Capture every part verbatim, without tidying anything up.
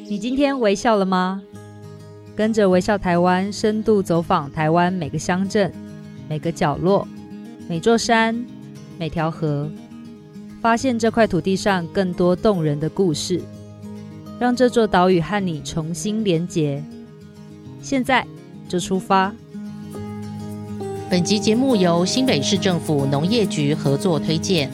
你今天微笑了吗？跟着微笑台湾深度走访台湾每个乡镇、每个角落、每座山、每条河，发现这块土地上更多动人的故事，让这座岛屿和你重新连结。现在就出发。 本集节目由新北市政府农业局合作推荐。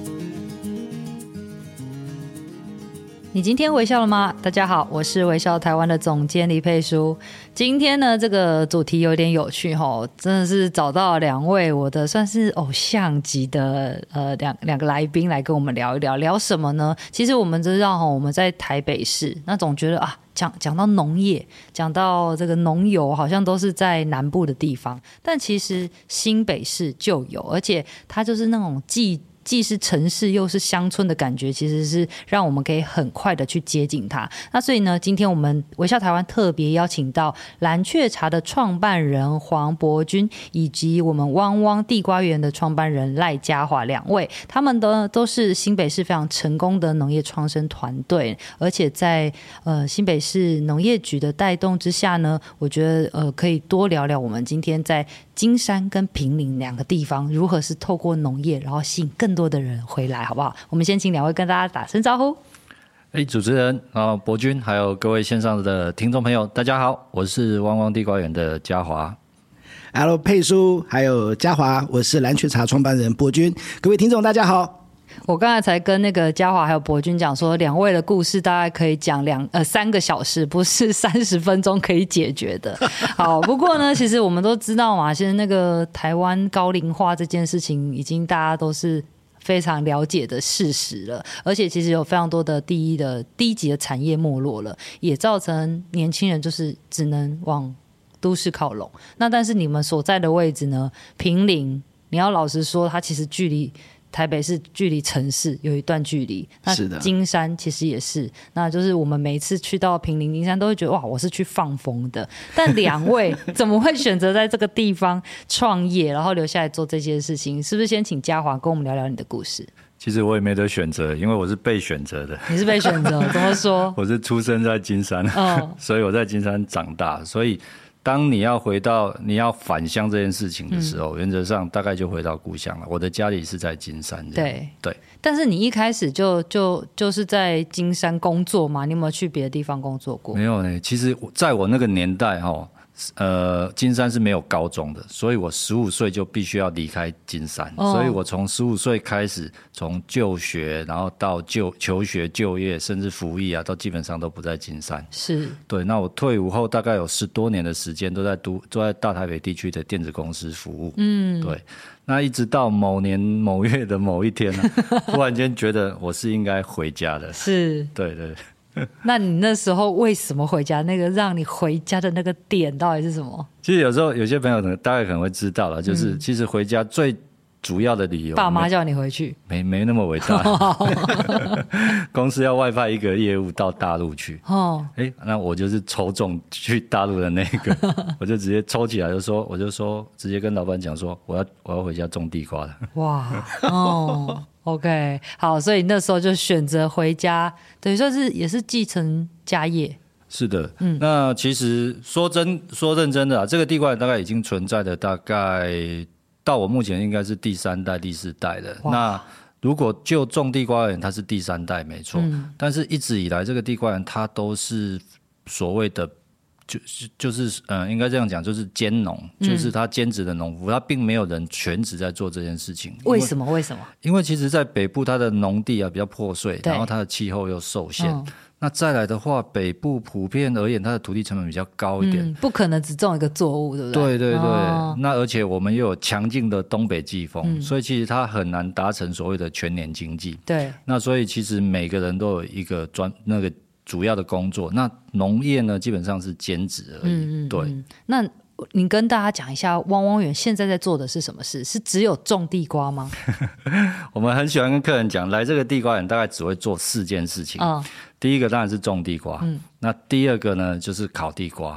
你今天微笑了吗？大家好，我是微笑台湾的总监李佩淑。今天呢，这个主题有点有趣齁，真的是找到两位我的算是偶像级的呃两两个来宾来跟我们聊一聊。聊什么呢？其实我们知道齁，我们在台北市，那总觉得啊，讲讲到农业，讲到这个农游，好像都是在南部的地方，但其实新北市就有，而且它就是那种既既是城市又是乡村的感觉，其实是让我们可以很快的去接近它。那所以呢，今天我们微笑台湾特别邀请到蓝雀茶的创办人黄伯钧，以及我们汪汪地瓜园的创办人赖家华两位，他们的都是新北市非常成功的农业创生团队，而且在呃新北市农业局的带动之下呢，我觉得呃可以多聊聊我们今天在金山跟坪林两个地方如何是透过农业，然后吸引更多的人回来，好不好？我们先请两位跟大家打声招呼。 哎，主持人啊，伯钧，还有各位线上的听众朋友，大家好，我是汪汪地瓜园的家华。 Hello， 佩淑，还有家华，我是蓝雀茶创办人伯钧。各位听众，大家好。 我刚才才跟那个家华还有伯钧讲说，两位的故事大概可以讲两呃三个小时，不是三十分钟可以解决的。好，不过呢，其实我们都知道嘛，现在那个台湾高龄化这件事情，已经大家都是非常了解的事实了，而且其实有非常多的第一的低级的产业没落了，也造成年轻人就是只能往都市靠拢。那但是你们所在的位置呢，坪林，你要老实说，它其实距离台北市距离城市有一段距离，那金山其实也是，那就是我们每一次去到坪林金山都会觉得哇，我是去放风的。但两位怎么会选择在这个地方创业，然后留下来做这些事情？是不是先请家华跟我们聊聊你的故事？ 其实我也没得选择，因为我是被选择的。 你是被选择？怎么说？ 我是出生在金山，哦、所以我在金山长大，所以当你要回到你要返乡这件事情的时候、嗯、原则上大概就回到故乡了。我的家里是在金山。 对对。 但是你一开始就就就是在金山工作吗？你有没有去别的地方工作过？ 没有呢。其实在我那个年代齁，呃，金山是没有高中的，所以我十五岁就必须要离开金山、哦、所以我从十五岁开始，从就学，然后到就求学、就业，甚至服役啊，都基本上都不在金山。 是，对。 那我退伍后大概有十多年的时间都在都都在大台北地区的电子公司服务。嗯，对。那一直到某年某月的某一天呢、啊，忽然间觉得我是应该回家的。 是， 对对。 那你那时候为什么回家？那个让你回家的那个点到底是什么？ 其实有时候有些朋友大概可能会知道了，就是其实回家最主要的理由， 爸妈叫你回去， 没没那么伟大。公司要外派一个业务到大陆去，哦，哎，那我就是抽中去大陆的那个，我就直接抽起来就说，我就说直接跟老板讲说，我要我要回家种地瓜了。哇，哦。OK， 好，所以那时候就选择回家，等于说是也是继承家业。是的，嗯，那其实说真说认真的啊，这个地瓜园大概已经存在的大概到我目前应该是第三代、第四代了。那如果就种地瓜园，它是第三代没错、嗯，但是一直以来这个地瓜园它都是所谓的。就是就是呃，应该这样讲，就是兼农、嗯，就是他兼职的农夫，他并没有人全职在做这件事情。为什么？为什么？因为其实，在北部它的农地啊比较破碎，然后它的气候又受限。嗯、那再来的话，北部普遍而言，它的土地成本比较高一点，嗯、不可能只种一个作物，对不对？对对对。哦、那而且我们又有强劲的东北季风、嗯，所以其实它很难达成所谓的全年经济。对。那所以其实每个人都有一个专那个。主要的工作，那农业呢基本上是兼职而已。嗯嗯，对。那你跟大家讲一下，汪汪园现在在做的是什么事？是只有种地瓜吗？我们很喜欢跟客人讲，来这个地瓜园大概只会做四件事情。嗯、第一个当然是种地瓜、嗯，那第二个呢就是烤地瓜，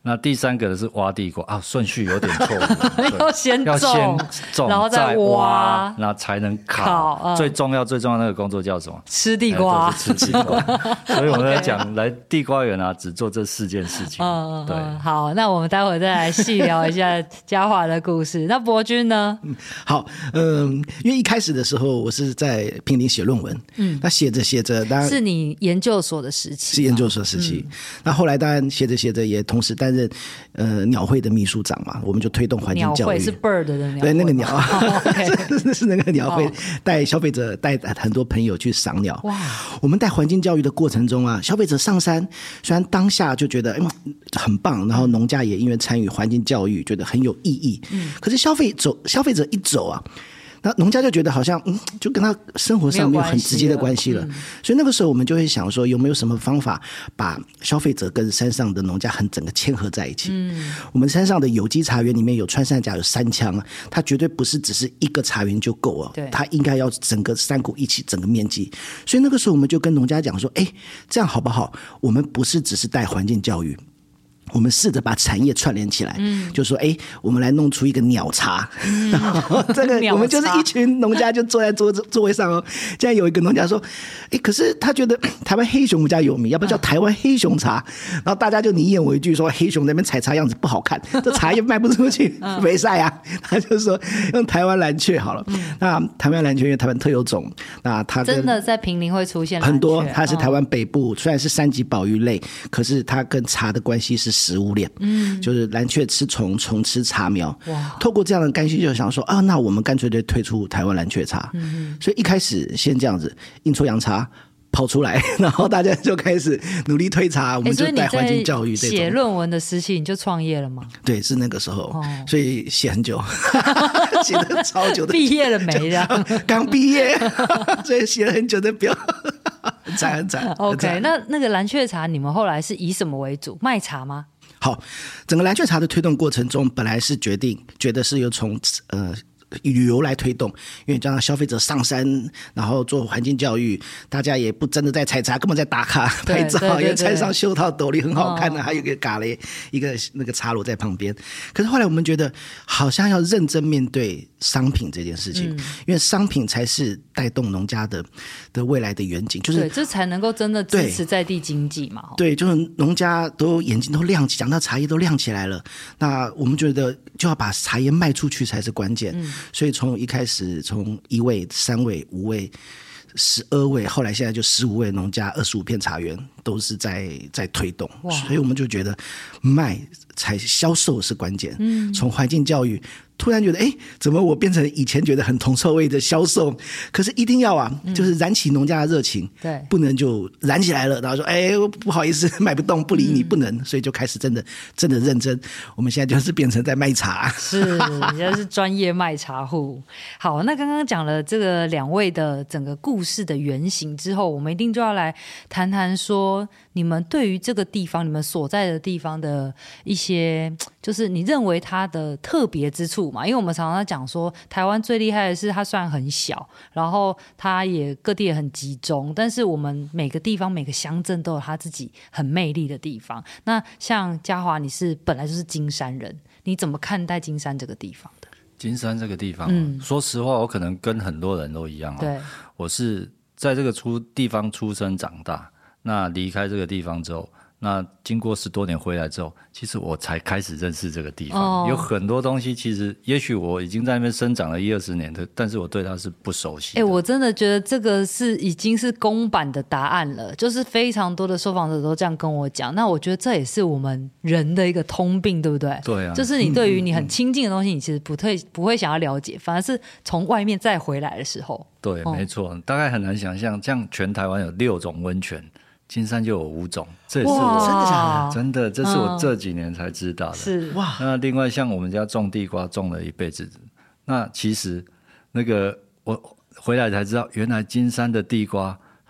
那第三个是挖地瓜啊，顺序有点错误， 要先要先种， 然后再挖， 那才能烤。 烤嗯、 最重要、最重要那个工作叫什么？ 吃地瓜， 哎、吃地瓜。所以我们在讲来地瓜园啊，只做这四件事情。 嗯， 对。 好，那我们待会再来细聊一下嘉华的故事。那伯君呢？ 嗯，好，嗯，因为一开始的时候我是在坪林写论文，嗯，那写着写着，当然是你研究所的时期， 是研究所时期。嗯、那后来当然写着写着也同时担任呃鸟会的秘书长嘛，我们就推动环境教育。 鸟会是 bird 的鸟会， 对，那个鸟， 哦 okay、 是, 是那个鸟会带消费者带很多朋友去赏鸟。 哇， 我们带环境教育的过程中啊，消费者上山，虽然当下就觉得嗯很棒，然后农家也因为参与环境教育觉得很有意义，嗯，可是消费走消费者一走啊。那农家就觉得好像嗯，就跟他生活上没有很直接的关系了，嗯、所以那个时候我们就会想说，有没有什么方法把消费者跟山上的农家很整个牵合在一起？嗯，我们山上的有机茶园里面有穿山甲，有山羌，它绝对不是只是一个茶园就够了，它应该要整个山谷一起整个面积。所以那个时候我们就跟农家讲说，哎，这样好不好？我们不是只是带环境教育。我们试着把产业串联起来，嗯，就说哎，我们来弄出一个鸟茶，嗯、然后这个我们就是一群农家就坐在桌子座位上哦。现在有一个农家说，哎，可是他觉得台湾黑熊比较有名，要不要叫台湾黑熊茶？嗯、然后大家就你一言我一句说黑熊那边采茶样子不好看，这茶叶卖不出去，嗯、没晒啊。他就说用台湾蓝雀好了。嗯、那台湾蓝雀因为台湾特有种，那它真的在坪林会出现很多，它是台湾北部、嗯、虽然是三级保育类，可是它跟茶的关系是食物链，嗯，就是蓝雀吃虫，虫吃茶苗。哇！透过这样的关系，就想说啊，那我们干脆就推出台湾蓝雀茶。嗯，所以一开始先这样子印出洋茶跑出来，然后大家就开始努力推茶，我们就带环境教育这种。 写论文的时期你就创业了吗？ 对，是那个时候，哦、所以写很久，写了超久的。 毕业了没的？ 刚毕业，所以写了很久的表。很惨很惨。 OK， 那那个蓝雀茶，你们后来是以什么为主？卖茶吗？ 好，整个蓝雀茶的推动过程中，本来是决定觉得是由从呃。旅游来推动，因为这样消费者上山，然后做环境教育，大家也不真的在采茶，根本在打卡拍照，因为山上绣套斗笠很好看的，哦、还有一个咖喱，一个那个茶炉在旁边。可是后来我们觉得，好像要认真面对商品这件事情，嗯、因为商品才是带动农家的的未来的远景，就是对，这才能够真的支持在地经济嘛。 对，就是农家都眼睛都亮起，讲到茶叶都亮起来了，那我们觉得就要把茶叶卖出去才是关键。嗯，所以从一开始从一位、三位、五位、十二位，后来现在就十五位农家，二十五片茶园都是在在推动，所以我们就觉得卖才销售是关键。嗯，从环境教育。突然觉得，哎，怎么我变成以前觉得很铜臭味的销售？可是一定要啊，嗯、就是燃起农家的热情， 对，不能就燃起来了，然后说，哎，不好意思，卖不动，不理你，嗯、不能，所以就开始真的真的认真。我们现在就是变成在卖茶， 是，人家是专业卖茶户。好，那刚刚讲了这个两位的整个故事的原型之后，我们一定就要来谈谈说，你们对于这个地方，你们所在的地方的一些，就是你认为它的特别之处。因为我们常常讲说台湾最厉害的是它虽然很小，然后它也各地也很集中，但是我们每个地方每个乡镇都有它自己很魅力的地方。那像嘉华你是本来就是金山人，你怎么看待金山这个地方的？ 金山这个地方、啊嗯、说实话我可能跟很多人都一样、啊、 对， 我是在这个出地方出生长大，那离开这个地方之后，那经过十多年回来之后，其实我才开始认识这个地方、哦、有很多东西其实也许我已经在那边生长了一二十年的，但是我对它是不熟悉的。 欸、我真的觉得这个是已经是公版的答案了，就是非常多的受访者都这样跟我讲，那我觉得这也是我们人的一个通病，对不对？ 对啊， 就是你对于你很亲近的东西、嗯、你其实不会不会想要了解，反而是从外面再回来的时候。 对、哦、没错，大概很难想象像全台湾有六种温泉，金山就有五种，这也是我真的假的？ 真的，这是我这几年才知道的。 是哇。那另外像我们家种地瓜种了一辈子，那其实那个我回来才知道，原来金山的地瓜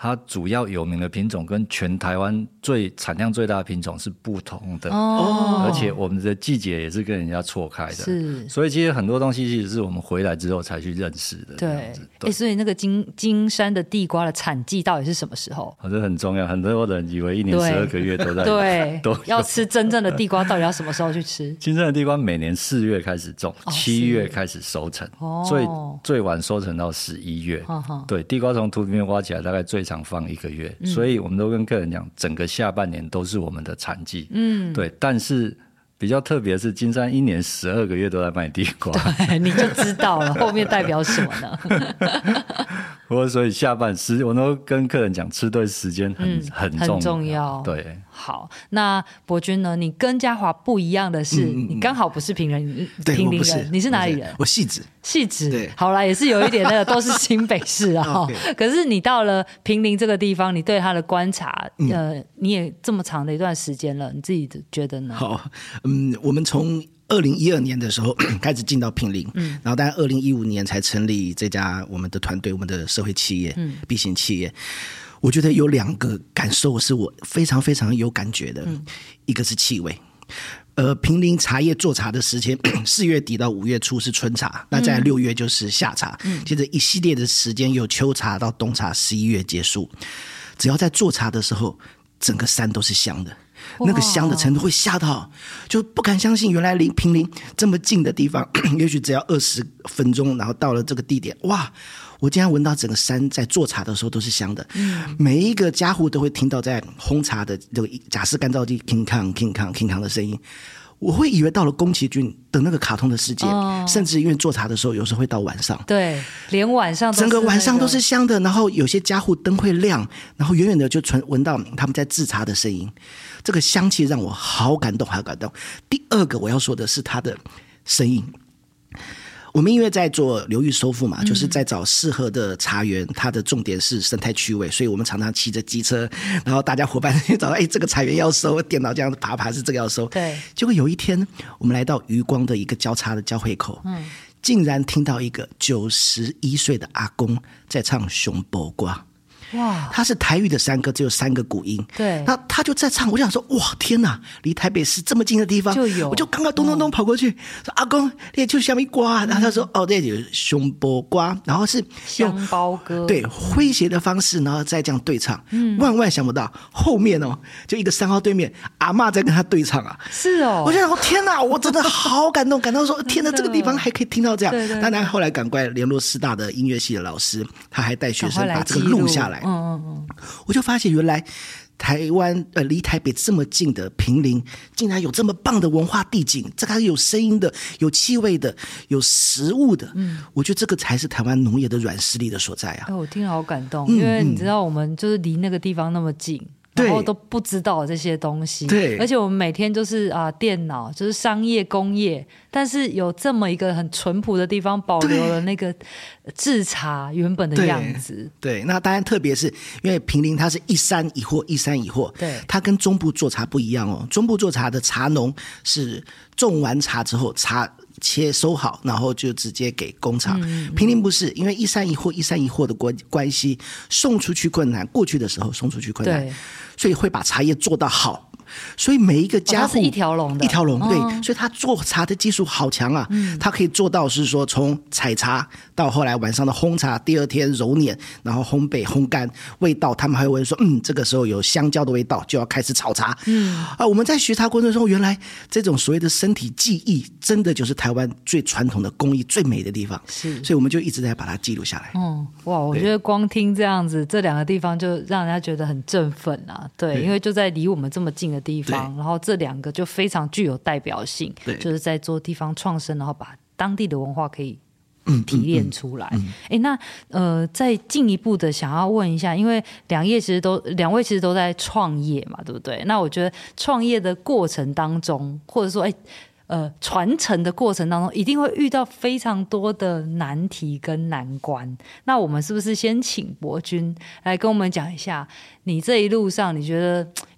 它主要有名的品种跟全台湾最产量最大的品种是不同的哦，而且我们的季节也是跟人家错开的， 是， 所以其实很多东西其实是我们回来之后才去认识的。 对，对欸、所以那个金金山的地瓜的产季到底是什么时候？ 哦、这很重要，很多人以为一年十二个月都在对， 都要吃真正的地瓜，到底要什么时候去吃？ 金山的地瓜每年四月开始种，七、哦、月开始收成，哦、最最晚收成到十一月。哦、对，地瓜从土里面挖起来，大概最长放一个月，嗯、所以我们都跟客人讲，整个下半年都是我们的产季。嗯，对，但是比较特别的是，金山一年十二个月都在卖地瓜， 对，你就知道了后面代表什么呢？ 不过所以下半时我都跟客人讲，吃对时间很、嗯、很重要， 很重要。 对， 好，那伯鈞呢？你跟嘉华不一样的是，嗯、你刚好不是平人，平林人，你是哪里人？ 我汐止。 汐止，好啦，也是有一点那个，都是新北市啊。okay. 可是你到了平林这个地方，你对他的观察，嗯、呃，你也这么长的一段时间了，你自己觉得呢？ 好，嗯，我们从二零一二年的时候开始进到平林，嗯，然后大概二零一五年才成立这家我们的团队，我们的社会企业，嗯，B型企业。我觉得有两个感受是我非常非常有感觉的，嗯、一个是气味。呃，平林茶叶做茶的时间，四月底到五月初是春茶，那在六月就是夏茶，嗯、接着一系列的时间有秋茶到冬茶，十一月结束。只要在做茶的时候，整个山都是香的。那个香的程度会吓到，就不敢相信原来离平林这么近的地方，也许只要二十分钟，然后到了这个地点，哇！我竟然闻到整个山在做茶的时候都是香的，嗯、每一个家户都会听到在烘茶的这个假式干燥机 king kong king kong king kong 的声音。我会以为到了宫崎骏的那个卡通的世界，哦、甚至因为做茶的时候有时候会到晚上， 对，连晚上都是、 那个、整个晚上都是香的，然后有些家户灯会亮，然后远远的就纯闻到他们在制茶的声音，这个香气让我好感动好感动。第二个我要说的是它的声音。我们因为在做流域收复嘛，就是在找适合的茶园，它的重点是生态趣味，所以我们常常骑着机车，然后大家伙伴去找到，哎，这个茶园要收，电脑这样爬爬是这个要收。 对。结果有一天，我们来到渔光的一个交叉的交汇口，嗯，竟然听到一个九十一岁的阿公在唱《熊伯瓜》。哇，他是台语的山歌，只有三个古音。 对， 那他就在唱，我想说，哇，天哪，离台北市这么近的地方就有，我就刚刚咚咚咚跑过去，哦、说阿公，你就虾米瓜？然后他说，嗯、哦，这有熊伯瓜，然后是香包歌， 对，诙谐的方式，然后再这样对唱。嗯，万万想不到，后面哦，就一个山号对面，阿嬷在跟他对唱啊。 是哦， 我就想说，天哪，我真的好感动，感动说，天哪，这个地方还可以听到这样。对对对，当然后来赶快联络师大的音乐系的老师，他还带学生把这个录下来。嗯嗯嗯，我就发现原来台湾呃离台北这么近的平林，竟然有这么棒的文化地景，这个有声音的、有气味的、有食物的。嗯，我觉得这个才是台湾农业的软实力的所在啊！ 哎，我听了好感动，嗯、因为你知道我们就是离那个地方那么近。然后都不知道这些东西， 对， 而且我们每天就是啊、呃、电脑，就是商业工业，但是有这么一个很淳朴的地方，保留了那个制茶原本的样子。 对，对，那当然特别是因为平林它是一山一货，一山一货， 对， 它跟中部做茶不一样哦。中部做茶的茶农是种完茶之后茶切收好，然后就直接给工厂。嗯、平林不是，因为一山一货、一山一货的关关系，送出去困难。过去的时候送出去困难，所以会把茶叶做到好。所以每一个家户、哦、 它是一条龙的， 一条龙，对、哦，所以他做茶的技术好强啊。嗯，他可以做到是说从采茶到后来晚上的烘茶，第二天揉捻，然后烘焙、烘干，味道他们还会问说，嗯，这个时候有香蕉的味道，就要开始炒茶。嗯啊，我们在学茶过程中，原来这种所谓的身体记忆，真的就是台湾最传统的工艺最美的地方。是，所以我们就一直在把它记录下来。 嗯，哇，我觉得光听这样子，这两个地方就让人家觉得很振奋啊。对，对，因为就在离我们这么近的地方，然后这两个就非常具有代表性，就是在做地方创生，然后把当地的文化可以提炼出来。哎、嗯嗯嗯嗯，那呃，再进一步的想要问一下，因为两业其实都两位其实都在创业嘛，对不对？那我觉得创业的过程当中，或者说哎。呃，传承的过程当中，一定会遇到非常多的难题跟难关。那我们是不是先请伯鈞来跟我们讲一下，你这一路上你觉得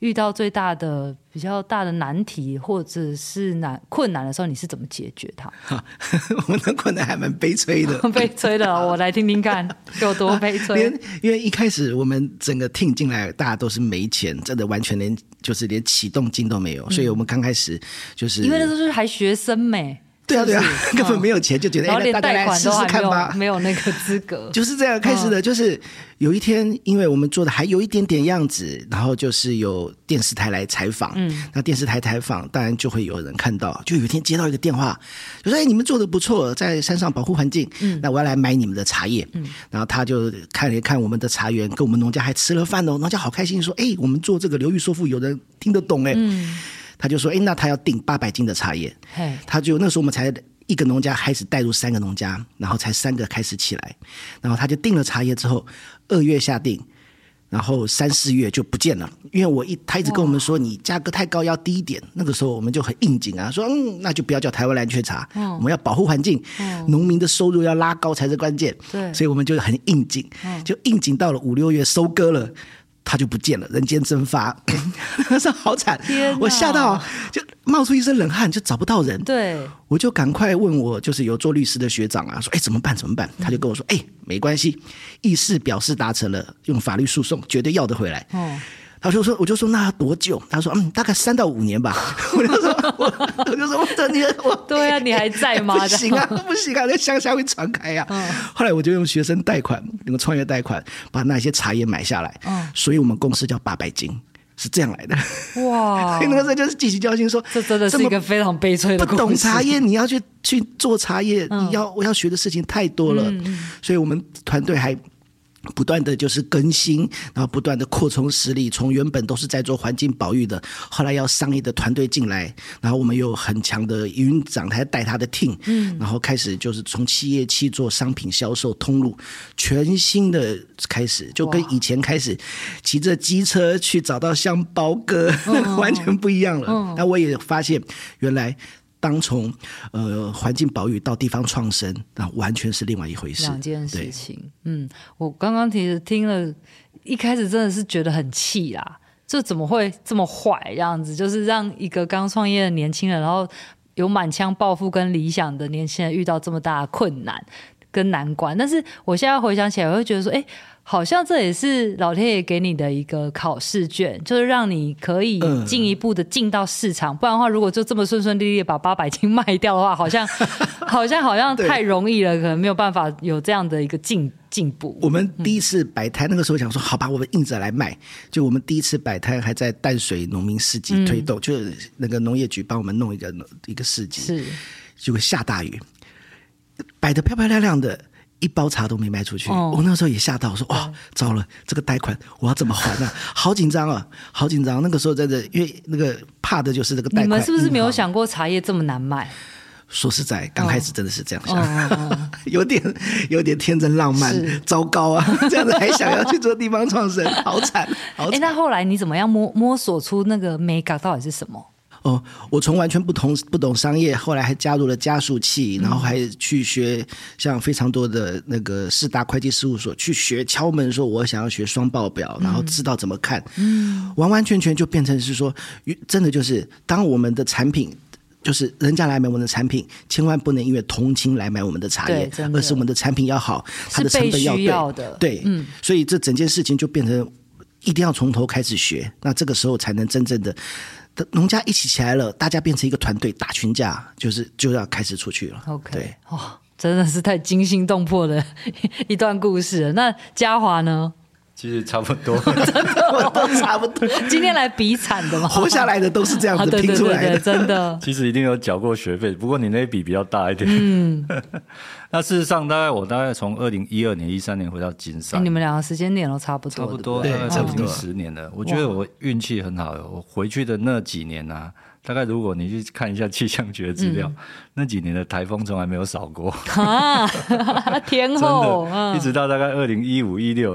遇到最大的比较大的难题或者是难困难的时候，你是怎么解决它？ 我的困难还蛮悲催的， 悲催的，我来听听看有多悲催。 因为因为一开始我们整个 team 进来，大家都是没钱，真的完全连就是连启动金都没有，嗯、所以我们刚开始就是因为那时候还学生没。 对啊对啊，根本没有钱，就觉得然后连大家来试试看吧， 没有那个资格， 就是这样开始的。就是有一天，因为我们做的还有一点点样子，然后就是有电视台来采访，嗯，那电视台采访，当然就会有人看到。就有一天接到一个电话，就说：“哎，你们做的不错，在山上保护环境，嗯，那我要来买你们的茶叶。”嗯，然后他就看了一看我们的茶园，跟我们农家还吃了饭哦，农家好开心，说：“哎，我们做这个流域说服，有人听得懂哎。”嗯。他就说：“哎，那他要订八百斤的茶叶。”他就那时候我们才一个农家开始带入三个农家，然后才三个开始起来，然后他就订了茶叶之后，二月下订，然后三四月就不见了。因为我一他一直跟我们说你价格太高要低一点，那个时候我们就很应景啊，说嗯那就不要叫台湾蓝雀茶，嗯、我们要保护环境，嗯、农民的收入要拉高才是关键。对，所以我们就很应景，嗯、就应景到了五六月收割了。他就不见了，人间蒸发，那时候好惨，我吓到就冒出一身冷汗，就找不到人。对，我就赶快问我就是有做律师的学长啊，说哎怎么办怎么办？他就跟我说哎没关系，意思表示达成了，用法律诉讼绝对要得回来。哦。他就说，我就说那多久？他说嗯，大概三到五年吧。我就说，我我就说我你我对啊，你还在吗？ 不行啊，不行啊，那乡下会传开啊。嗯、后来我就用学生贷款，用创业贷款，把那些茶叶买下来。嗯、所以我们公司叫八百斤，是这样来的。哇！所以那个时候就是汲取教训说，说这真的是一个非常悲催的故事。 不懂茶叶，你要去去做茶叶，嗯、你要我要学的事情太多了。嗯、所以我们团队还不断的就是更新，然后不断的扩充实力，从原本都是在做环境保育的，后来要商业的团队进来，然后我们有很强的营运长，他带他的 team，嗯，然后开始就是从企业去做商品销售通路，全新的开始，就跟以前开始骑着机车去找到香包哥，那完全不一样了。嗯、那我也发现原来。当从呃环境保育到地方创生，那完全是另外一回事， 两件事情。嗯，我刚刚其实听了，一开始真的是觉得很气啦，这怎么会这么坏这样子？就是让一个刚创业的年轻人，然后有满腔抱负跟理想的年轻人遇到这么大的困难跟难关。但是我现在回想起来，我会觉得说，哎。好像这也是老天爷给你的一个考试卷，就是让你可以进一步的进到市场。嗯、不然的话，如果就这么顺顺利利把八百斤卖掉的话，好像好像好像太容易了，可能没有办法有这样的一个进进步。 我们第一次摆摊、嗯、那个时候想说，好吧，我们硬着来卖。就我们第一次摆摊还在淡水农民市集推动，嗯、就是那个农业局帮我们弄一个一个市集，是结果下大雨，摆得漂漂亮亮的。一包茶都没卖出去，我、哦、那时候也吓到，我说哇，糟了，这个贷款我要怎么还啊？好紧张啊，好紧张。那个时候真的，因为那个怕的就是这个贷款。 你们是不是没有想过茶叶这么难卖？ 说实在，刚开始真的是这样想，哦、有点有点天真浪漫，糟糕啊！这样子还想要去做地方创生，好惨，好惨。 哎，那后来你怎么样摸摸索出那个美感到底是什么？ 哦，我从完全不同不懂商业，后来还加入了加速器，然后还去学像非常多的那个四大会计事务所去学敲门，说我想要学双报表，然后知道怎么看，嗯，完完全全就变成是说，真的就是当我们的产品。就是人家来买我们的产品，千万不能因为同情来买我们的茶叶，而是我们的产品要好，它的成本要对， 要的对，嗯，所以这整件事情就变成一定要从头开始学，那这个时候才能真正的农家一起起来了，大家变成一个团队，打群架，就是就要开始出去了。 OK， 对， 哦，真的是太惊心动魄的一段故事了。那嘉华呢？ 其实差不多， 真的、 哦、都差不多。 今天来比惨的嘛， 活下来的都是这样子、啊、拼出来的， 对对对对，真的。 其实一定有缴过学费，不过你那一笔比较大一点。嗯，那事实上，大概我大概从二零一二年、一三年回到金山、 欸，你们两个时间点都差不多， 差不多，对，差不多十年了。我觉得我运气很好，我回去的那几年啊。大概如果你去看一下气象局的资料、嗯，那几年的台风从来没有少过啊， 天后， 真的、嗯，一直到大概二零一五、一六，哎，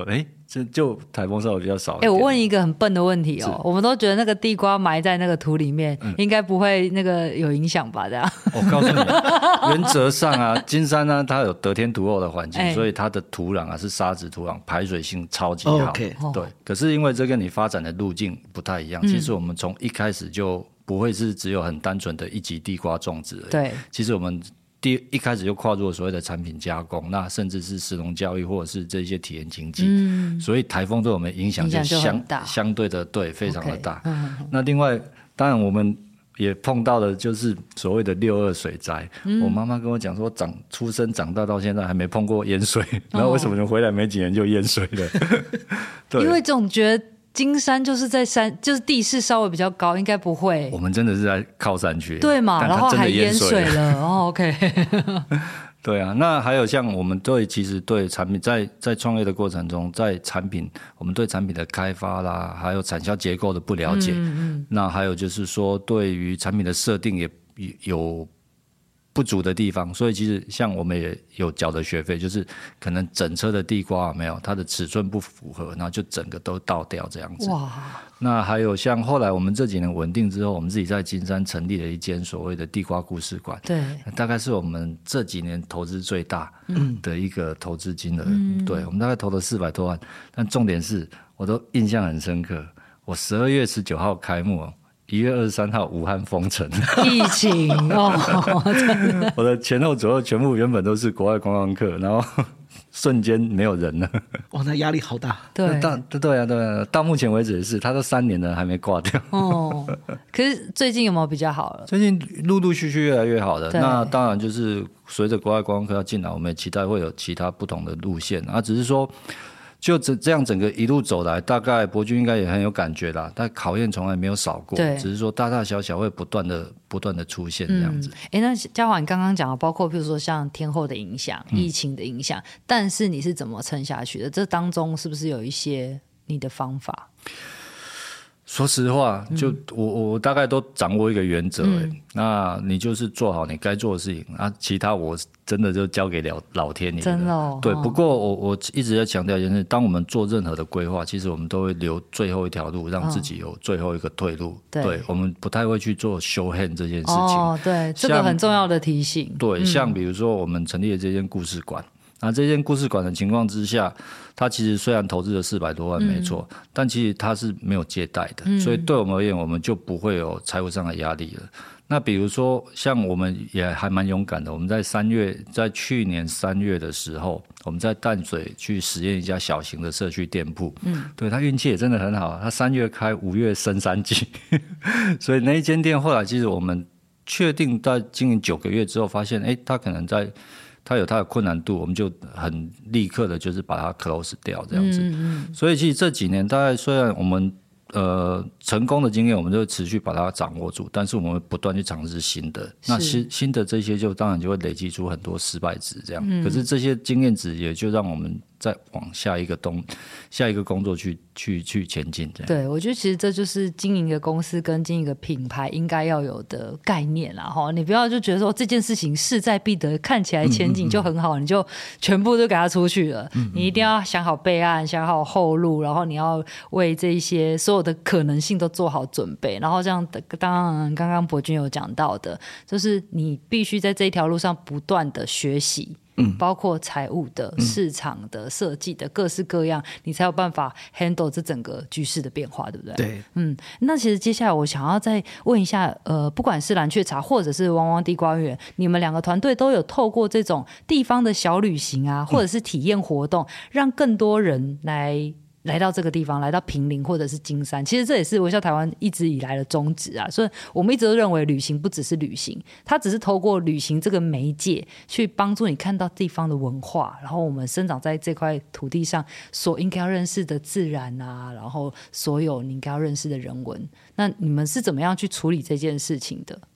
就就台风稍微比较少一点。哎、欸，我问一个很笨的问题哦，我们都觉得那个地瓜埋在那个土里面，嗯、应该不会那个有影响吧？这样， 我告诉你，原则上啊，金山呢、啊，它有得天独厚的环境，欸、所以它的土壤啊是沙质土壤，排水性超级好。 Oh, okay. 对，可是因为这跟你发展的路径不太一样，嗯、其实我们从一开始就不会是只有很单纯的一级地瓜种植而已。 对， 其实我们。第一开始就跨入了所谓的产品加工，那甚至是食农教育或者是这些体验经济、嗯、所以台风对我们影响就相相对的对非常的大、okay 嗯、那另外当然我们也碰到的就是所谓的六二水灾、嗯、我妈妈跟我讲说长出生长大到现在还没碰过淹水、哦、然后为什么回来没几年就淹水了对， 因为总觉得金山就是在山，就是地势稍微比较高，应该不会。 我们真的是在靠山区， 对嘛？然后还淹水了，哦 ，OK 。 对啊，那还有像我们对其实对产品在在创业的过程中，在产品我们对产品的开发啦，还有产销结构的不了解，嗯嗯那还有就是说对于产品的设定也有不足的地方，所以其实像我们也有缴的学费，就是可能整车的地瓜没有它的尺寸不符合，然后就整个都倒掉这样子。哇！那还有像后来我们这几年稳定之后，我们自己在金山成立了一间所谓的地瓜故事馆， 对， 大概是我们这几年投资最大的一个投资金额。嗯、对，我们大概投了四百多万，但重点是我都印象很深刻，我十二月十九号开幕哦。一月二十三号，武汉封城， 疫情哦，真的。 我的前后左右全部原本都是国外观光客，然后瞬间没有人了。 哇，那压力好大。 对， 到对啊，对啊，到目前为止也是，他都三年了还没挂掉。 哦，可是最近有没有比较好了？ 最近陆陆续续越来越好了。那当然就是随着国外观光客要进来，我们也期待会有其他不同的路线啊，只是说。就这样整个一路走来，大概伯君应该也很有感觉啦，但考验从来没有少过，只是说大大小小会不断的不断的出现这样子。 哎、嗯，那嘉华你刚刚讲的，包括譬如说像天候的影响、嗯、疫情的影响，但是你是怎么撑下去的？这当中是不是有一些你的方法？ 说实话，就、嗯、我我大概都掌握一个原则、嗯，那你就是做好你该做的事情，啊，其他我真的就交给老老天爷了。 真的哦。 对，不过我我一直在强调一件事，当我们做任何的规划，其实我们都会留最后一条路，让自己有最后一个退路。嗯、对, 对，我们不太会去做show hand这件事情。 哦，对，这个很重要的提醒。 对，像比如说我们成立了这间故事馆。那这间故事馆的情况之下，它其实虽然投资了四百多万没错、嗯，但其实它是没有借贷的、嗯，所以对我们而言，我们就不会有财务上的压力了。那比如说，像我们也还蛮勇敢的，我们在三月，在去年三月的时候，我们在淡水去实验一家小型的社区店铺，嗯，对，他运气也真的很好，他三月开，五月升三级，所以那一间店后来其实我们确定在经营九个月之后，发现，哎，他可能在。它有它的困难度，我们就很立刻的，就是把它 close 掉这样子。嗯嗯，所以其实这几年，大概虽然我们呃成功的经验，我们就持续把它掌握住，但是我们会不断去尝试新的。那新新的这些就当然就会累积出很多失败值，这样、嗯。可是这些经验值也就让我们再往下一个东下一个工作去去去前进。这样。 对，我觉得其实这就是经营一个公司跟经营一个品牌应该要有的概念啦。哈，你不要就觉得说这件事情势在必得，看起来前景就很好，嗯嗯嗯，你就全部都给它出去了。嗯嗯，你一定要想好备案，想好后路，然后你要为这一些所有的可能性都做好准备。然后这样，当然刚刚伯君有讲到的，就是你必须在这一条路上不断的学习。嗯、包括财务的、市场的、设计的，各式各样，你才有办法 handle 这整个局势的变化，对不对？ 对， 嗯，那其实接下来我想要再问一下，呃，不管是蓝雀茶或者是汪汪地瓜园，你们两个团队都有透过这种地方的小旅行啊，或者是体验活动，嗯、让更多人来。来到这个地方，来到坪林或者是金山，其实这也是微笑台湾一直以来的宗旨啊。所以我们一直都认为旅行不只是旅行，它只是透过旅行这个媒介去帮助你看到地方的文化，然后我们生长在这块土地上所应该要认识的自然啊，然后所有你应该要认识的人文。那你们是怎么样去处理这件事情的？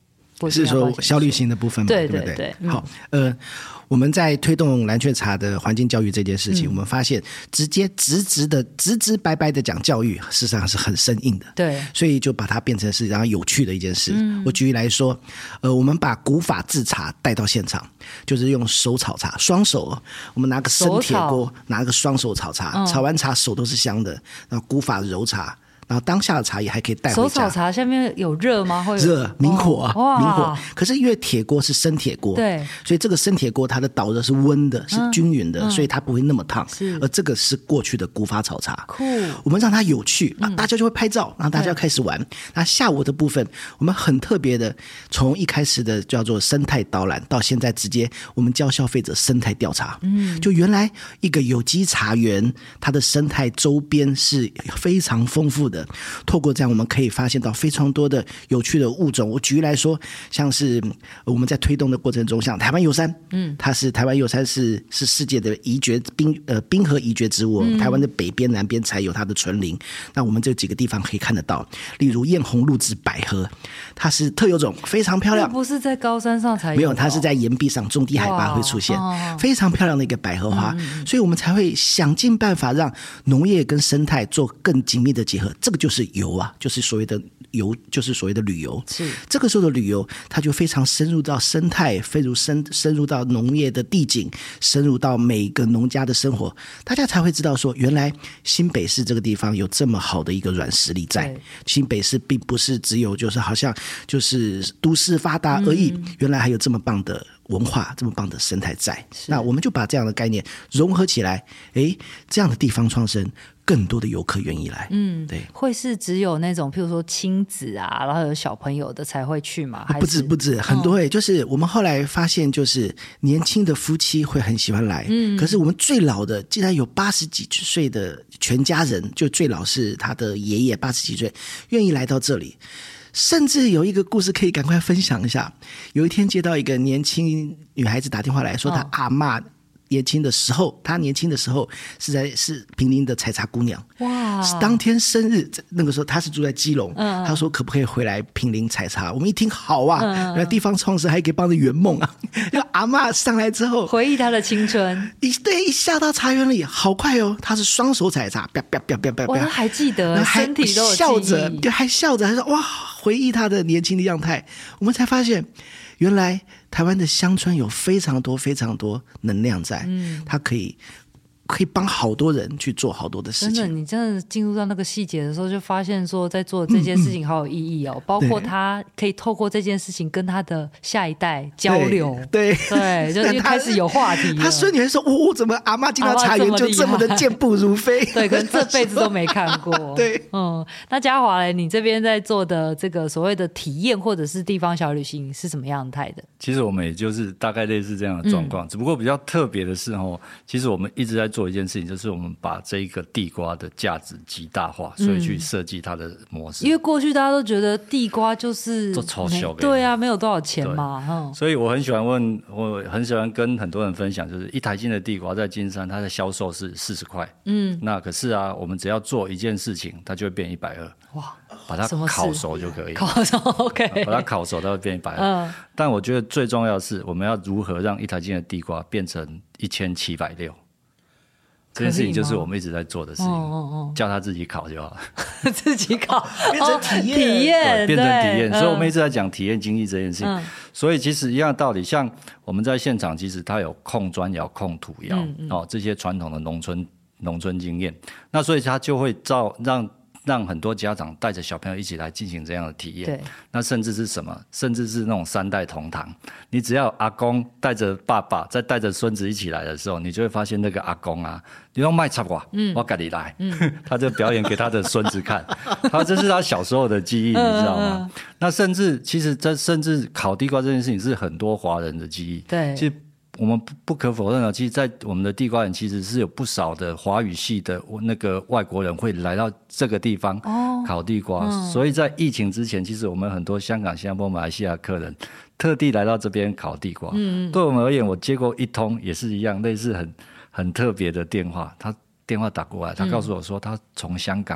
是说效率型的部分嘛？ 对对不对？ 对对好，呃。我们在推动蓝雀茶的环境教育这件事情，嗯、我们发现直接直直的直直白白的讲教育，事实上是很生硬的。 对， 所以就把它变成是然后有趣的一件事。嗯、我举例来说，呃，我们把古法制茶带到现场，就是用手炒茶，双手，我们拿个生铁锅，拿个双手炒茶，嗯、炒完茶手都是香的，然后古法揉茶。然后当下的茶叶还可以带回家。 手炒茶下面有热吗？会有热，明火啊， 哦、 明火。可是因为铁锅是生铁锅， 对， 所以这个生铁锅它的导热是温的，是均匀的，嗯、所以它不会那么烫。 是， 而这个是过去的古法炒茶。 酷， 我们让它有趣，啊，大家就会拍照，然后大家开始玩。那下午的部分，我们很特别的，从一开始的叫做生态导览，到现在直接我们教消费者生态调查。嗯，就原来一个有机茶园，它的生态周边是非常丰富的，透过这样我们可以发现到非常多的有趣的物种。我举例来说，像是我们在推动的过程中，像台湾柚杉，嗯，它是台湾柚杉是是世界的宜绝冰呃冰河宜绝植物，嗯、台湾的北边、南边才有它的纯林。那我们这几个地方可以看得到，例如艳红露子百合，它是特有种，非常漂亮。 不是在高山上才有， 没有，它是在岩壁上，中低海拔会出现，非常漂亮的一个百合花。嗯、所以我们才会想尽办法让农业跟生态做更紧密的结合。这个就是游啊。就是所谓的游，就是所谓的旅游。 是这个时候的旅游，它就非常深入到生态，非常深深入到农业的地景，深入到每个农家的生活，大家才会知道说，原来新北市这个地方有这么好的一个软实力在。新北市并不是只有就是好像就是都市发达而已，嗯、原来还有这么棒的文化，这么棒的生态在。那我们就把这样的概念融合起来，诶，这样的地方创生。更多的游客愿意来，嗯，对， 会是只有那种譬如说亲子啊，然后有小朋友的才会去吗？还是不止不止，很多诶、欸，就是我们后来发现，就是年轻的夫妻会很喜欢来，嗯，可是我们最老的，竟然有八十几岁的全家人，就最老是他的爷爷八十几岁，愿意来到这里。甚至有一个故事可以赶快分享一下。有一天接到一个年轻女孩子打电话来说，她阿嬷。年轻的时候，他年轻的时候是在是坪林的采茶姑娘，哇！当天生日，那个时候他是住在基隆，嗯、他说可不可以回来坪林采茶？我们一听好啊，嗯、然后地方创生还可以帮着圆梦啊。就阿嬷上来之后， 回忆他的青春， 一对一下到茶园里，好快哦！他是双手采茶，啪啪啪啪啪， 我都还记得，身体都有笑着，就还笑着，还说哇，回忆他的年轻的样态。我们才发现，原来。台湾的乡村有非常多非常多能量在，嗯，它可以可以帮好多人去做好多的事情。 真的，你真的进入到那个细节的时候，就发现说在做这件事情好有意义哦。嗯嗯、包括他可以透过这件事情跟他的下一代交流， 对对, 对，就开始有话题了。 他孙女还说：“哦，怎么阿嬷进到茶园就这么的健步如飞？” 对，可能这辈子都没看过。 对， 嗯，那嘉华嘞，你这边在做的这个所谓的体验或者是地方小旅行是什么样态的？ 其实我们也就是大概类似这样的状况，嗯、只不过比较特别的是哦，其实我们一直在做一件事情，就是我们把这一个地瓜的价值极大化，所以去设计它的模式。 嗯、因为过去大家都觉得地瓜就是做超小， 对啊，没有多少钱嘛。嗯、 所以我很喜欢问，我很喜欢跟很多人分享，就是一台斤的地瓜在金山，它的销售是四十块。嗯，那可是啊，我们只要做一件事情，它就会变一百二。哇！把它烤熟就可以， 烤熟 OK， 把它烤熟它会变一百二。嗯，但我觉得最重要的是，我们要如何让一台斤的地瓜变成一千七百六。这件事情就是我们一直在做的事情，哦哦哦叫他自己烤就好了。 自己烤变成体验， 体验变成体验。所以我们一直在讲体验经济这件事情。嗯、所以其实一样的道理，像我们在现场，其实它有控砖窑、控土窑、嗯嗯哦、这些传统的农村农村经验。那所以它就会造让。让很多家长带着小朋友一起来进行这样的体验。对，那甚至是什么？甚至是那种三代同堂。你只要阿公带着爸爸，再带着孙子一起来的时候，你就会发现那个阿公啊，你用卖插瓜，嗯，我跟你来，嗯，他就表演给他的孙子看，他这是他小时候的记忆，你知道吗？嗯、那甚至其实这甚至烤地瓜这件事情是很多华人的记忆。对，其实。我们不可否认啊，其实，在我们的地瓜园，其实是有不少的华语系的那个外国人会来到这个地方烤地瓜。哦嗯、所以在疫情之前，其实我们很多香港、新加坡、马来西亚客人特地来到这边烤地瓜。嗯、对我们而言，我接过一通也是一样，类似很很特别的电话。他电话打过来，他告诉我说，他从香港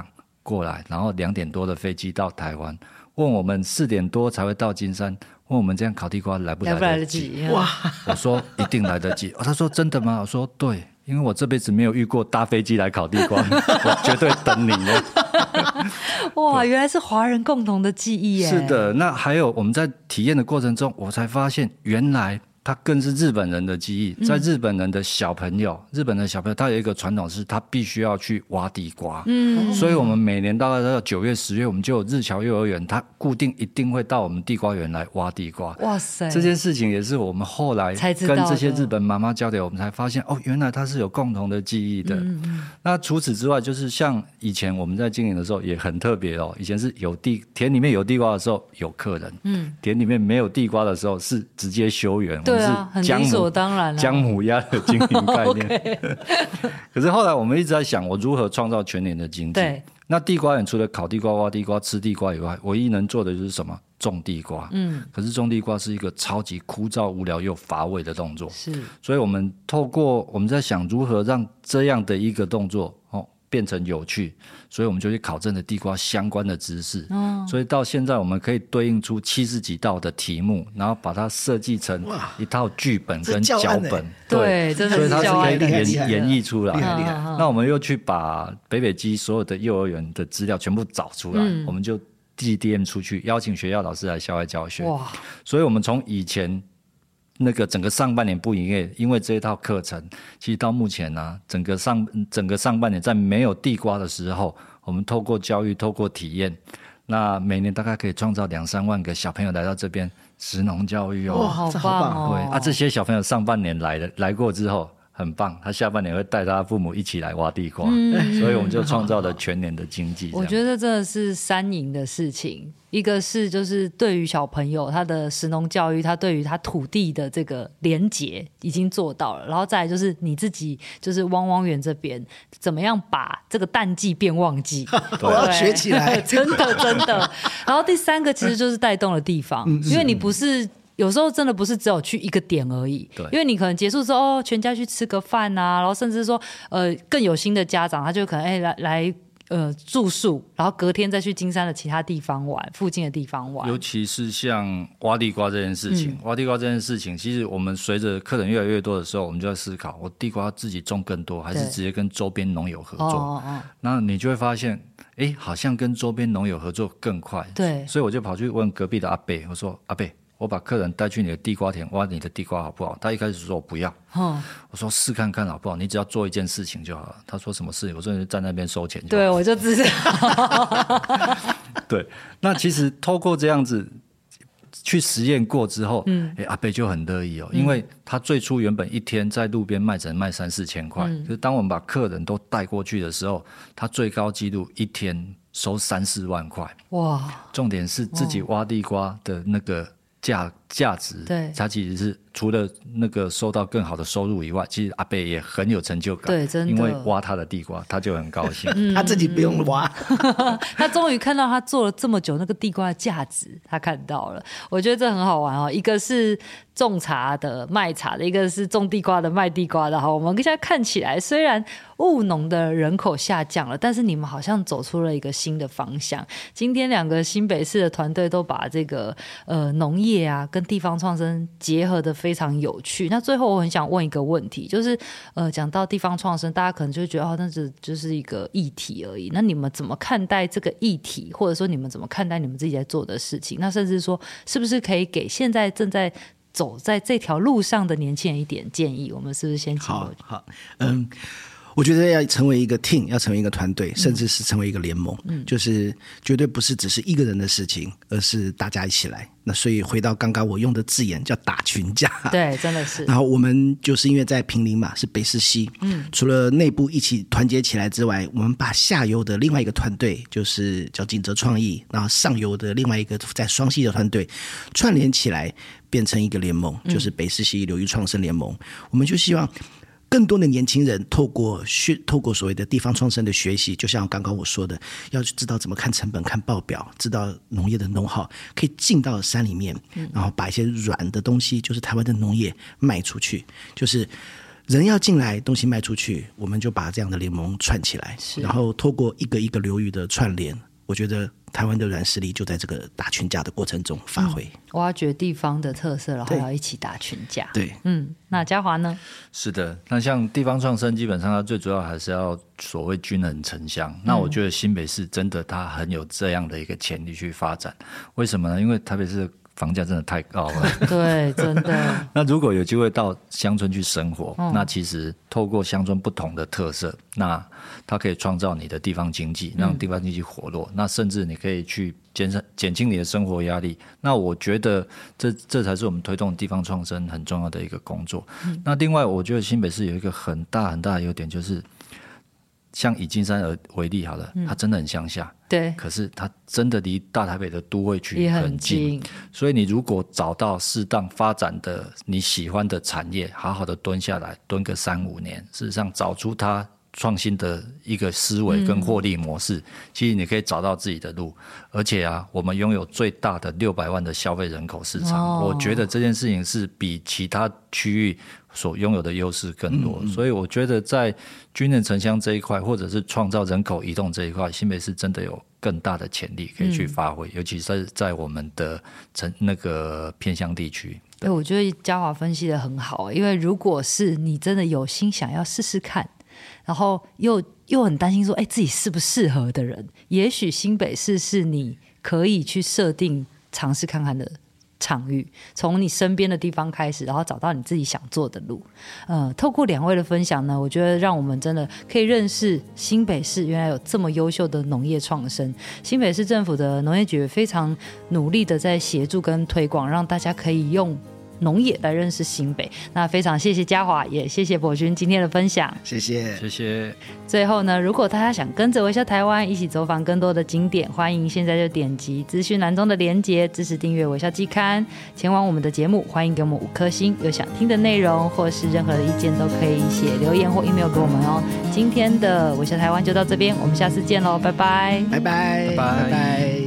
过来，然后两点多的飞机到台湾，问我们四点多才会到金山，问我们这样烤地瓜来不来得及？ 来不来得及？ 哇！ 我说一定来得及。哦、他说真的吗？我说对，因为我这辈子没有遇过搭飞机来烤地瓜，我绝对等你了。 哇，原来是华人共同的记忆耶！ 是的，那还有我们在体验的过程中，我才发现原来它更是日本人的记忆。在日本人的小朋友，嗯、日本的小朋友他有一个传统是，他必须要去挖地瓜。嗯，所以我们每年大概到九月、十月，我们就有日侨幼儿园，他固定一定会到我们地瓜园来挖地瓜。 哇塞！ 这件事情也是我们后来跟这些日本妈妈交流，我们才发现哦，原来它是有共同的记忆的。嗯嗯。那除此之外，就是像以前我们在经营的时候也很特别哦。以前是有地田里面有地瓜的时候有客人，嗯，田里面没有地瓜的时候是直接休园。 对啊，很理所当然啊， 姜母鸭的经营概念。可是后来我们一直在想，我如何创造全年的经济？ 对。 那地瓜园除了烤地瓜、挖地瓜、吃地瓜以外，唯一能做的就是什么？种地瓜。嗯。可是种地瓜是一个超级枯燥、无聊又乏味的动作。 是。 所以我们透过我们在想如何让这样的一个动作哦变成有趣，所以我们就去考证了地瓜相关的知识。哦。所以到现在我们可以对应出七十几道的题目，然后把它设计成一套剧本跟脚本。 对，真的是教案，所以它是可以演演绎出来。 厉害厉害！ 那我们又去把北北基所有的幼儿园的资料全部找出来，嗯、我们就寄 D M 出去，邀请学校老师来校外教学。哇！所以我们从以前那个整个上半年不营业，因为这一套课程，其实到目前呢、啊，整个上整个上半年在没有地瓜的时候，我们透过教育，透过体验，那每年大概可以创造两三万个小朋友来到这边食农教育哦。 哇，好棒哦！ 对啊，这些小朋友上半年来的来过之后。很棒，他下半年会带他父母一起来挖地瓜，嗯、所以我们就创造了全年的经济。 我觉得真的是三赢的事情，一个是就是对于小朋友他的食农教育，他对于他土地的这个连结已经做到了，然后再来就是你自己就是汪汪园这边怎么样把这个淡季变旺季， 我要学起来， 真的真的。然后第三个其实就是带动了地方，嗯、因为你不是。有时候真的不是只有去一个点而已，对，因为你可能结束之后，哦，全家去吃个饭啊，然后甚至说，呃，更有心的家长，他就可能哎来来呃住宿，然后隔天再去金山的其他地方玩，附近的地方玩。 尤其是像挖地瓜这件事情，嗯、挖地瓜这件事情，其实我们随着客人越来越多的时候，我们就在思考，我地瓜要自己种更多，还是直接跟周边农友合作？哦哦哦，那你就会发现，哎，好像跟周边农友合作更快。对，所以我就跑去问隔壁的阿伯，我说阿伯。我把客人带去你的地瓜田挖你的地瓜好不好？他一开始说我不要，哦、我说试看看好不好？你只要做一件事情就好了。他说什么事情？我说你站那边收钱就好。 对，我就知道。 对，那其实透过这样子去实验过之后，嗯，哎，阿伯就很乐意哦，因为他最初原本一天在路边卖只能卖三四千块，嗯、就是当我们把客人都带过去的时候，他最高纪录一天收三四万块。哇！重点是自己挖地瓜的那个。价价值，对，它其实是除了那个收到更好的收入以外，其实阿伯也很有成就感， 对，真的， 因为挖他的地瓜，他就很高兴， 嗯、他自己不用挖， 他终于看到他做了这么久那个地瓜的价值，他看到了，我觉得这很好玩哦。一个是种茶的卖茶的，一个是种地瓜的卖地瓜的。好，我们现在看起来虽然务农的人口下降了，但是你们好像走出了一个新的方向。今天两个新北市的团队都把这个呃农业啊跟地方创生结合的非常有趣。那最后我很想问一个问题，就是呃讲到地方创生，大家可能就会觉得哦，那只就是一个议题而已。那你们怎么看待这个议题，或者说你们怎么看待你们自己在做的事情？那甚至说是不是可以给现在正在走在这条路上的年轻人一点建议？我们是不是先好好嗯。我觉得要成为一个 team， 要成为一个团队，甚至是成为一个联盟，嗯，就是绝对不是只是一个人的事情，而是大家一起来。那所以回到刚刚我用的字眼叫打群架， 对，真的是。 然后我们就是因为在坪林嘛，是北势溪，嗯，除了内部一起团结起来之外，我们把下游的另外一个团队，就是叫锦泽创意，然后上游的另外一个在双溪的团队串联起来，变成一个联盟，就是北势溪流域创生联盟。嗯、我们就希望更多的年轻人透过学，透过所谓的地方创生的学习，就像刚刚我说的，要知道怎么看成本、看报表，知道农业的know how，可以进到山里面，然后把一些软的东西，就是台湾的农业卖出去。就是人要进来，东西卖出去，我们就把这样的联盟串起来，然后透过一个一个流域的串联，我觉得台湾的软实力就在这个打群架的过程中发挥、嗯、 挖掘地方的特色，然后要一起打群架。 对， 嗯，那嘉华呢？ 是的，那像地方创生基本上它最主要还是要所谓均衡城乡、嗯、那我觉得新北市真的它很有这样的一个潜力去发展。为什么呢？因为台北市房价真的太高了对，真的那如果有机会到乡村去生活、嗯、那其实透过乡村不同的特色，那它可以创造你的地方经济，让地方经济活络、嗯、那甚至你可以去减少减轻你的生活压力。那我觉得这这才是我们推动地方创生很重要的一个工作、嗯、那另外我觉得新北市有一个很大很大的优点，就是像以金山为例好了、嗯、它真的很乡下， 对， 可是它真的离大台北的都会区很近，很近，所以你如果找到适当发展的你喜欢的产业，好好的蹲下来蹲个三五年，事实上找出它创新的一个思维跟获利模式、嗯、其实你可以找到自己的路。而且啊，我们拥有最大的六百万的消费人口市场、哦、我觉得这件事情是比其他区域所拥有的优势更多、嗯、所以我觉得在均衡城乡这一块，或者是创造人口移动这一块，新北市真的有更大的潜力可以去发挥、嗯、尤其是在我们的那个偏乡地区。 对，我觉得嘉华分析的很好，因为如果是你真的有心想要试试看，然后又又很担心说，哎，自己适不适合的人，也许新北市是你可以去设定尝试看看的场域，从你身边的地方开始，然后找到你自己想做的路。呃，透过两位的分享呢，我觉得让我们真的可以认识新北市原来有这么优秀的农业创生。新北市政府的农业局非常努力的在协助跟推广，让大家可以用农业来认识新北。那非常谢谢嘉华，也谢谢博勋今天的分享。 谢谢谢谢。 最后呢，如果大家想跟着微笑台湾一起走访更多的景点，欢迎现在就点击资讯栏中的连结，支持订阅微笑季刊，前往我们的节目。欢迎给我们五颗星，有想听的内容或是任何的意见都可以写留言或 email 给我们哦。今天的微笑台湾就到这边，我们下次见喽，拜拜拜拜拜拜。